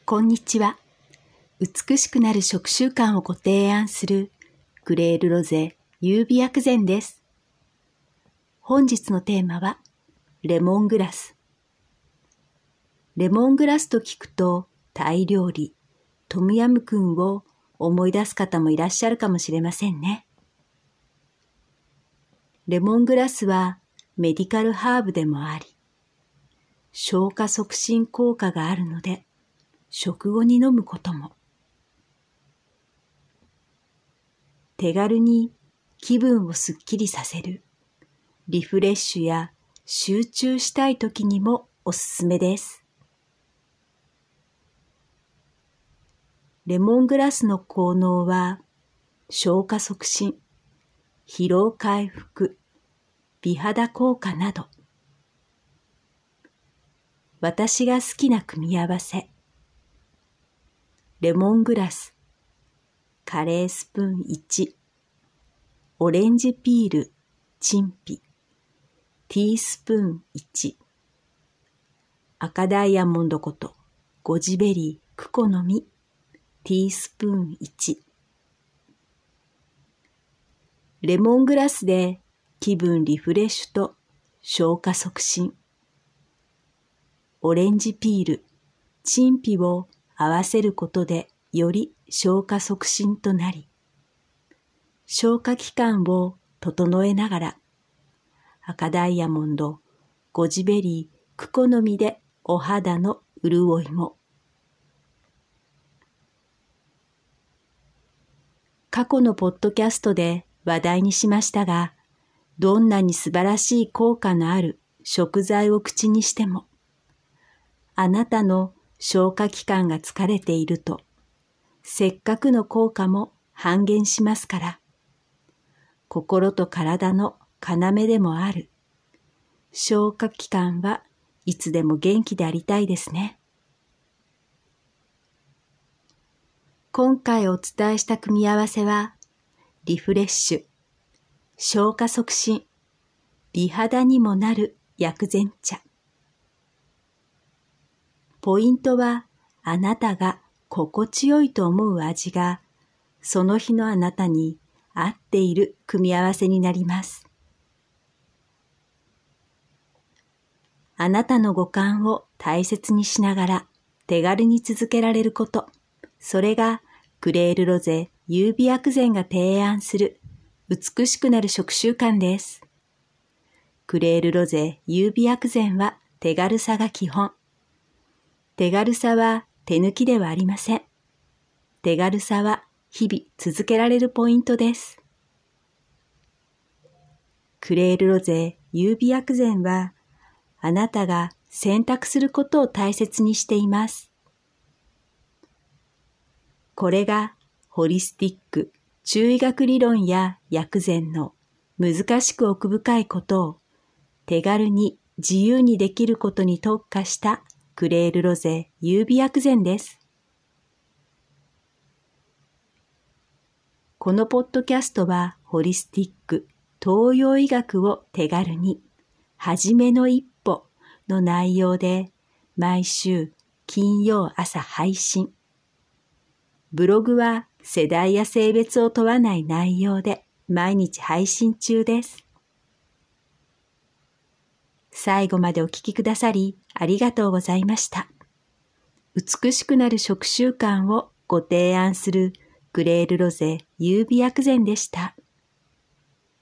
こんにちは。美しくなる食習慣をご提案するクレールロゼ優美薬膳です。本日のテーマはレモングラス。レモングラスと聞くとタイ料理、トムヤムクンを思い出す方もいらっしゃるかもしれませんね。レモングラスはメディカルハーブでもあり、消化促進効果があるので、食後に飲むことも。手軽に気分をすっきりさせる、リフレッシュや集中したい時にもおすすめです。レモングラスの効能は、消化促進、疲労回復、美肌効果など。私が好きな組み合わせ。レモングラス、カレースプーン1、オレンジピール、陳皮、ティースプーン1、赤ダイヤモンドことゴジベリー、クコの実、ティースプーン1。レモングラスで気分リフレッシュと消化促進。オレンジピール、陳皮を合わせることでより消化促進となり、消化器官を整えながら、赤ダイヤモンド、ゴジベリー、クコの実でお肌の潤いも。過去のポッドキャストで話題にしましたが、どんなに素晴らしい効果のある食材を口にしても、あなたの消化器官が疲れていると、せっかくの効果も半減しますから、心と体の要でもある消化器官はいつでも元気でありたいですね。今回お伝えした組み合わせは、リフレッシュ、消化促進、美肌にもなる薬膳茶。ポイントは、あなたが心地よいと思う味が、その日のあなたに合っている組み合わせになります。あなたの五感を大切にしながら手軽に続けられること、それがクレールロゼ優美薬膳が提案する美しくなる食習慣です。クレールロゼ優美薬膳は手軽さが基本。手軽さは手抜きではありません。手軽さは日々続けられるポイントです。クレールロゼ優美薬膳はあなたが選択することを大切にしています。これがホリスティック中医学理論や薬膳の難しく奥深いことを手軽に自由にできることに特化したクレールロゼ優美薬膳です。このポッドキャストはホリスティック東洋医学を手軽にはじめの一歩の内容で毎週金曜朝配信。ブログは世代や性別を問わない内容で毎日配信中です。最後までお聞きくださりありがとうございました。美しくなる食習慣をご提案するクレールロゼ優美薬膳でした。